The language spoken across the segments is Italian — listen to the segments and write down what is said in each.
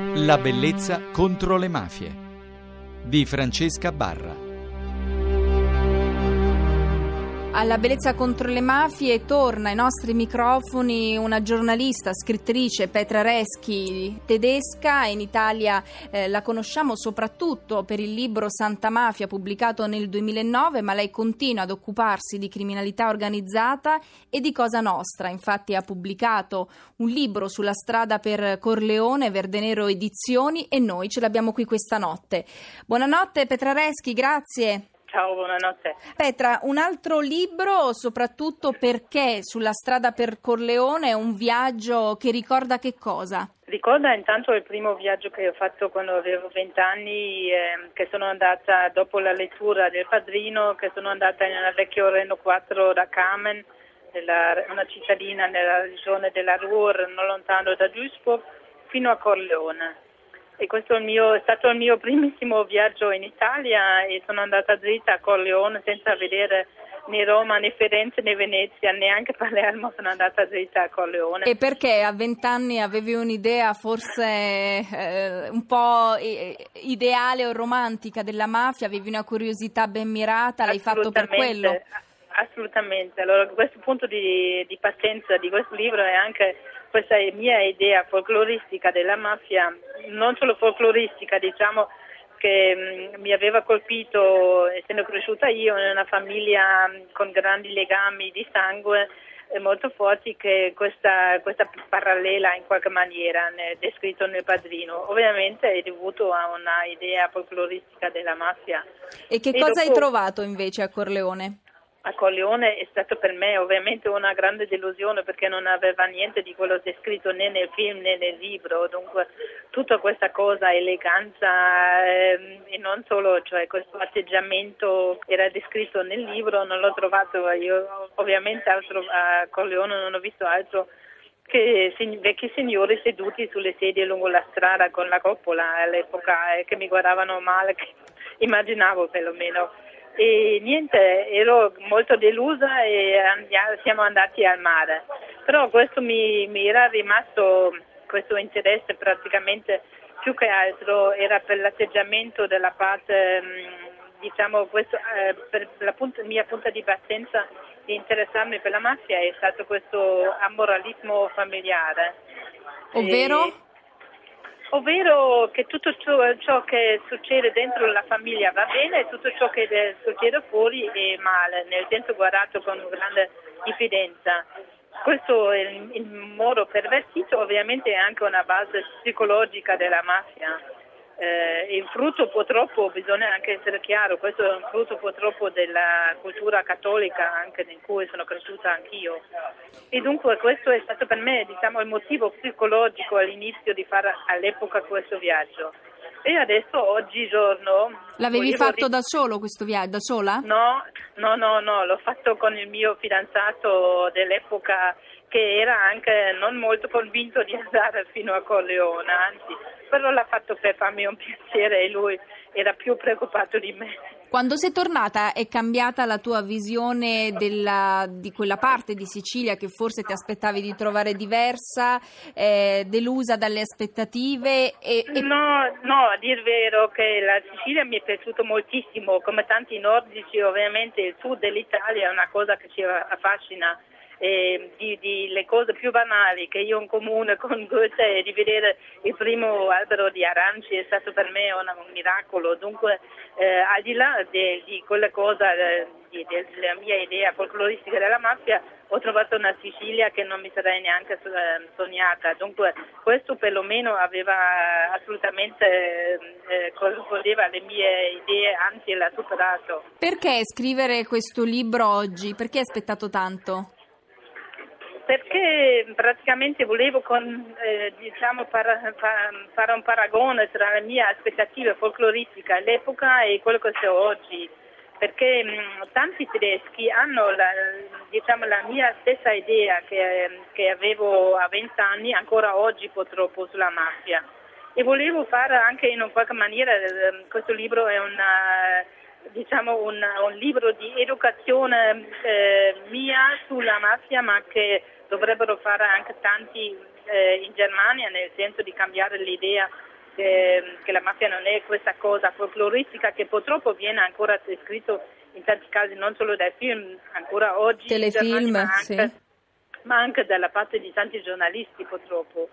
La bellezza contro le mafie di Francesca Barra. Alla bellezza contro le mafie torna ai nostri microfoni una giornalista, scrittrice, Petra Reschi, tedesca. In Italia la conosciamo soprattutto per il libro Santa Mafia, pubblicato nel 2009, ma lei continua ad occuparsi di criminalità organizzata e di Cosa Nostra. Infatti ha pubblicato un libro sulla strada per Corleone, Verdenero Edizioni, e noi ce l'abbiamo qui questa notte. Buonanotte Petra Reschi, grazie. Ciao, buonanotte. Petra, un altro libro, soprattutto perché Sulla strada per Corleone è un viaggio che ricorda che cosa? Ricorda intanto il primo viaggio che ho fatto quando avevo 20 anni, che sono andata dopo la lettura del Padrino, che sono andata nel vecchio Renault 4 da Kamen, una cittadina nella regione della Ruhr, non lontano da Duisburg, fino a Corleone. E questo è stato il mio primissimo viaggio in Italia e sono andata dritta a Corleone senza vedere né Roma, né Firenze, né Venezia, neanche Palermo, sono andata dritta a Corleone. E perché a 20 anni avevi un'idea forse un po' ideale o romantica della mafia, avevi una curiosità ben mirata, l'hai fatto per quello? Assolutamente. Allora, questo punto di partenza di questo libro è anche questa mia idea folcloristica della mafia, non solo folcloristica, diciamo, che mi aveva colpito essendo cresciuta io in una famiglia con grandi legami di sangue molto forti, che questa parallela in qualche maniera descritto nel Padrino. Ovviamente è dovuto a una idea folcloristica della mafia. E che cosa hai trovato invece a Corleone? A Corleone è stato per me ovviamente una grande delusione, perché non aveva niente di quello descritto né nel film né nel libro. Dunque tutta questa cosa, eleganza e non solo, cioè questo atteggiamento era descritto nel libro, non l'ho trovato. Io ovviamente a Corleone non ho visto altro che vecchi signori seduti sulle sedie lungo la strada con la coppola all'epoca, che mi guardavano male, che immaginavo perlomeno. E niente, ero molto delusa e siamo andati al mare. Però questo mi era rimasto, questo interesse praticamente più che altro era per l'atteggiamento della parte, diciamo, questo, per la mia punta di partenza di interessarmi per la mafia è stato questo amoralismo familiare. Ovvero che tutto ciò che succede dentro la famiglia va bene e tutto ciò che succede fuori è male, nel senso guardato con grande diffidenza. Questo è il modo pervertito, ovviamente è anche una base psicologica della mafia. Il frutto purtroppo, bisogna anche essere chiaro, questo è un frutto purtroppo della cultura cattolica anche in cui sono cresciuta anch'io. E dunque questo è stato per me, diciamo, il motivo psicologico all'inizio di fare all'epoca questo viaggio. E adesso oggigiorno... L'avevi fatto da solo questo viaggio, da sola? No, l'ho fatto con il mio fidanzato dell'epoca, che era anche non molto convinto di andare fino a Corleone, anzi, però l'ha fatto per farmi un piacere e lui era più preoccupato di me. Quando sei tornata è cambiata la tua visione di quella parte di Sicilia che forse ti aspettavi di trovare diversa, delusa dalle aspettative? No, a dir vero che la Sicilia mi è piaciuto moltissimo, come tanti nordici ovviamente il sud dell'Italia è una cosa che ci affascina. Le cose più banali che io in comune con Goethe e di vedere il primo albero di aranci è stato per me un miracolo. Dunque al di là di quella cosa della mia idea folcloristica della mafia, ho trovato una Sicilia che non mi sarei neanche sognata. Dunque questo perlomeno aveva assolutamente corrispondeva alle mie idee, anzi l'ha superato. Perché scrivere questo libro oggi? Perché hai aspettato tanto? Perché praticamente volevo fare un paragone tra la mia aspettativa folcloristica all'epoca e quello che so oggi, perché tanti tedeschi hanno la mia stessa idea che avevo a 20 anni, ancora oggi purtroppo, sulla mafia, e volevo fare anche in qualche maniera, questo libro è un libro di educazione mia sulla mafia, ma che dovrebbero fare anche tanti in Germania, nel senso di cambiare l'idea che la mafia non è questa cosa folcloristica che purtroppo viene ancora descritto in tanti casi non solo dai film, ancora oggi, telefilm, ma anche dalla parte di tanti giornalisti purtroppo.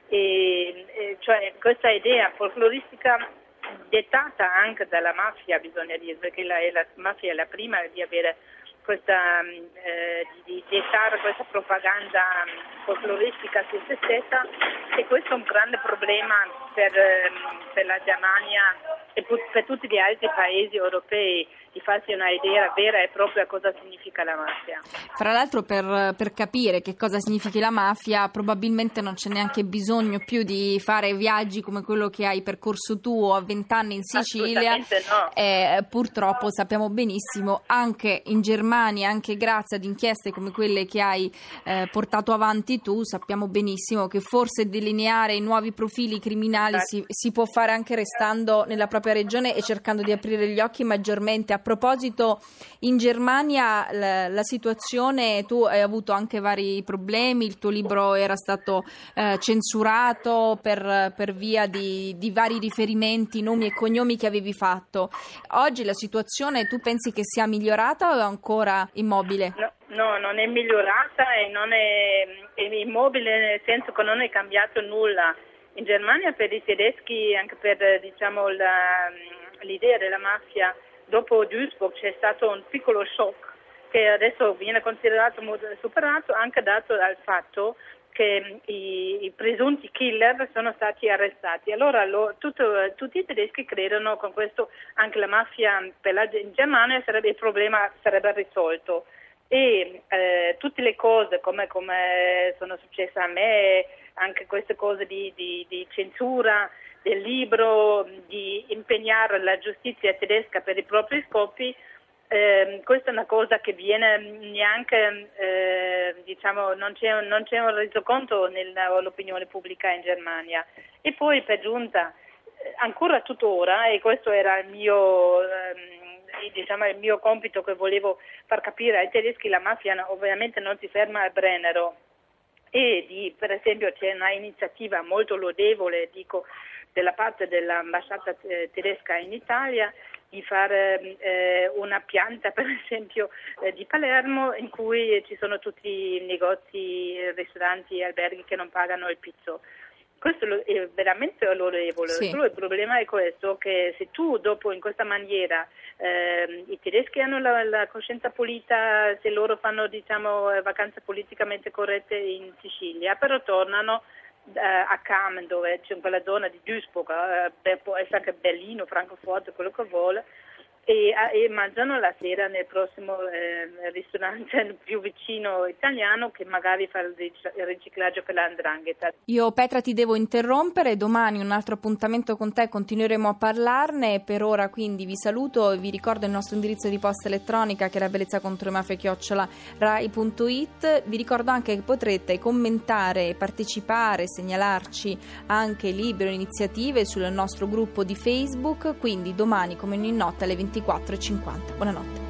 Cioè questa idea folcloristica dettata anche dalla mafia, bisogna dire, perché la mafia è la prima di avere questa di dettare questa propaganda folcloristica su se stessa, e questo è un grande problema per la Germania e per tutti gli altri paesi europei, di farsi una idea vera e propria cosa significa la mafia. Fra l'altro per capire che cosa significhi la mafia probabilmente non c'è neanche bisogno più di fare viaggi come quello che hai percorso tu a 20 anni in Sicilia. Assolutamente no. Purtroppo sappiamo benissimo anche in Germania, anche grazie ad inchieste come quelle che hai portato avanti tu, sappiamo benissimo che forse delineare i nuovi profili criminali si può fare anche restando nella propria regione e cercando di aprire gli occhi maggiormente. A proposito, in Germania la situazione, tu hai avuto anche vari problemi, il tuo libro era stato censurato per via di vari riferimenti, nomi e cognomi che avevi fatto. Oggi la situazione tu pensi che sia migliorata o è ancora immobile? No, non è migliorata e non è immobile, nel senso che non è cambiato nulla. In Germania per i tedeschi, anche per l'idea della mafia, dopo Duisburg c'è stato un piccolo shock che adesso viene considerato molto superato, anche dato dal fatto che i presunti killer sono stati arrestati. Allora tutti i tedeschi credono con questo anche la mafia in Germania il problema sarebbe risolto. E tutte le cose come sono successe a me, anche queste cose di censura del libro, di impegnare la giustizia tedesca per i propri scopi, questa è una cosa che viene neanche, non c'è un resoconto nell'opinione pubblica in Germania. E poi per giunta, ancora tuttora, e questo era il mio compito che volevo far capire ai tedeschi, la mafia ovviamente non si ferma a Brennero, e per esempio c'è una iniziativa molto lodevole, della parte dell'ambasciata tedesca in Italia, di fare una pianta per esempio di Palermo in cui ci sono tutti i negozi, ristoranti e alberghi che non pagano il pizzo. Questo è veramente lodevole. Sì. Solo il problema è questo, che se tu dopo in questa maniera i tedeschi hanno la coscienza pulita, se loro fanno vacanze politicamente corrette in Sicilia, però tornano a Kamen, dove c'è quella zona di Duisburg, può essere anche Berlino, Francoforte, quello che vuole, e mangiano la sera nel prossimo ristorante più vicino italiano, che magari fa il riciclaggio per la 'ndrangheta. Io, Petra, ti devo interrompere, domani un altro appuntamento con te, continueremo a parlarne. Per ora quindi vi saluto e vi ricordo il nostro indirizzo di posta elettronica, che è labellezzacontromafia@rai.it. Vi ricordo anche che potrete commentare, partecipare, segnalarci anche libri o iniziative sul nostro gruppo di Facebook, quindi domani come ogni notte alle 24:50. Buonanotte.